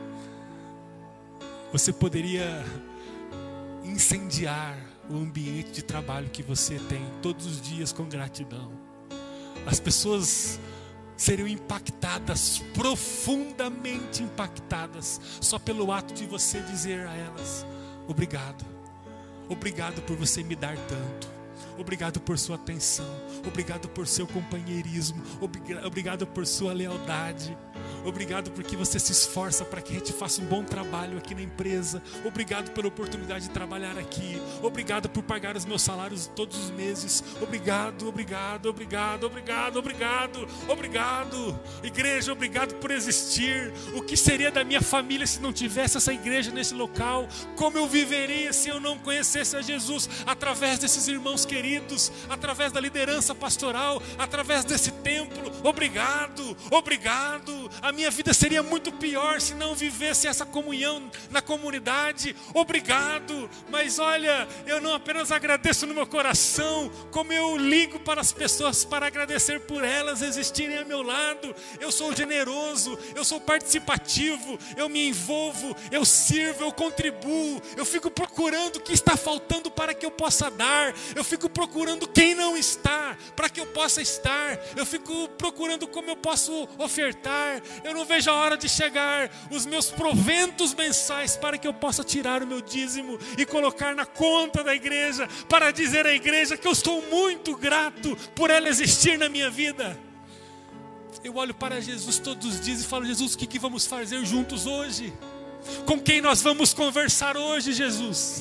Você poderia incendiar o ambiente de trabalho que você tem todos os dias com gratidão. As pessoas seriam impactadas, profundamente impactadas, só pelo ato de você dizer a elas: obrigado, obrigado por você me dar tanto. Obrigado por sua atenção, obrigado por seu companheirismo, obrigado por sua lealdade, obrigado porque você se esforça para que a gente faça um bom trabalho aqui na empresa, obrigado pela oportunidade de trabalhar aqui, obrigado por pagar os meus salários todos os meses, obrigado, obrigado, obrigado, obrigado, obrigado, obrigado, igreja, obrigado por existir. O que seria da minha família se não tivesse essa igreja nesse local? Como eu viveria se eu não conhecesse a Jesus através desses irmãos queridos, através da liderança pastoral, através desse templo? Obrigado, obrigado. A minha vida seria muito pior se não vivesse essa comunhão na comunidade. Obrigado. Mas olha, eu não apenas agradeço no meu coração, como eu ligo para as pessoas para agradecer por elas existirem ao meu lado. Eu sou generoso, eu sou participativo, eu me envolvo, eu sirvo, eu contribuo, eu fico procurando o que está faltando para que eu possa dar, eu fico procurando quem não está para que eu possa estar, eu fico procurando como eu posso ofertar. Eu não vejo a hora de chegar os meus proventos mensais para que eu possa tirar o meu dízimo e colocar na conta da igreja, para dizer à igreja que eu estou muito grato por ela existir na minha vida. Eu olho para Jesus todos os dias e falo: Jesus, o que, que vamos fazer juntos hoje? Com quem nós vamos conversar hoje, Jesus?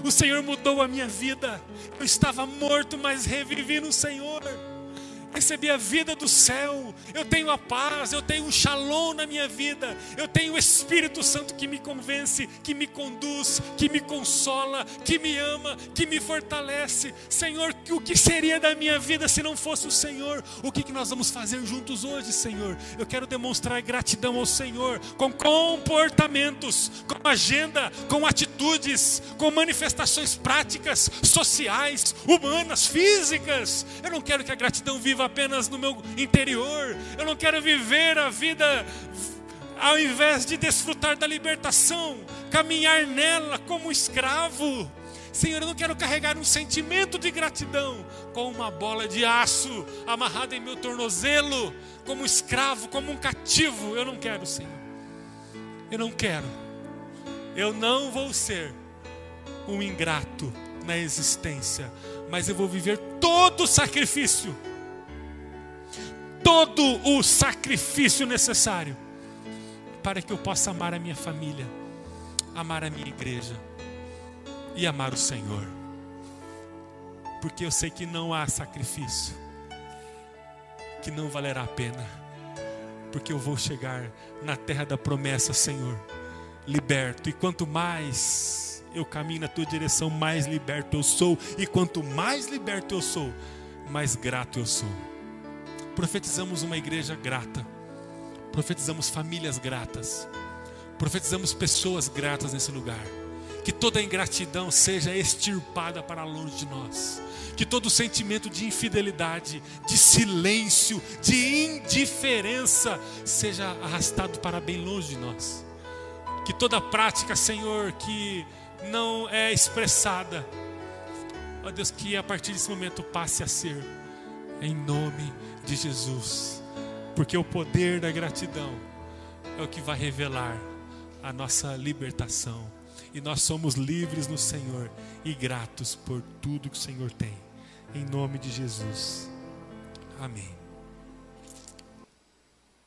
O Senhor mudou a minha vida. Eu estava morto, mas revivi no Senhor. Recebi a vida do céu, eu tenho a paz, eu tenho um shalom na minha vida, eu tenho o Espírito Santo que me convence, que me conduz, que me consola, que me ama, que me fortalece. Senhor, o que seria da minha vida se não fosse o Senhor? O que, que nós vamos fazer juntos hoje, Senhor? Eu quero demonstrar gratidão ao Senhor, com comportamentos, com agenda, com atitudes, com manifestações práticas, sociais, humanas, físicas. Eu não quero que a gratidão viva apenas no meu interior. Eu não quero viver a vida ao invés de desfrutar da libertação, caminhar nela como escravo. Senhor, eu não quero carregar um sentimento de gratidão com uma bola de aço amarrada em meu tornozelo, como escravo, como um cativo. Eu não quero, Senhor. Eu não quero. Eu não vou ser um ingrato na existência, mas eu vou viver todo o sacrifício todo o sacrifício necessário para que eu possa amar a minha família, amar a minha igreja e amar o Senhor. Porque eu sei que não há sacrifício que não valerá a pena, porque eu vou chegar na terra da promessa, Senhor, liberto. E quanto mais eu caminho na tua direção, mais liberto eu sou. E quanto mais liberto eu sou, mais grato eu sou. Profetizamos uma igreja grata, profetizamos famílias gratas, profetizamos pessoas gratas nesse lugar. Que toda ingratidão seja extirpada para longe de nós. Que todo sentimento de infidelidade, de silêncio, de indiferença seja arrastado para bem longe de nós. Que toda prática, Senhor, que não é expressada, ó Deus, que a partir desse momento passe a ser, em nome de Jesus, porque o poder da gratidão é o que vai revelar a nossa libertação, e nós somos livres no Senhor e gratos por tudo que o Senhor tem, em nome de Jesus, amém.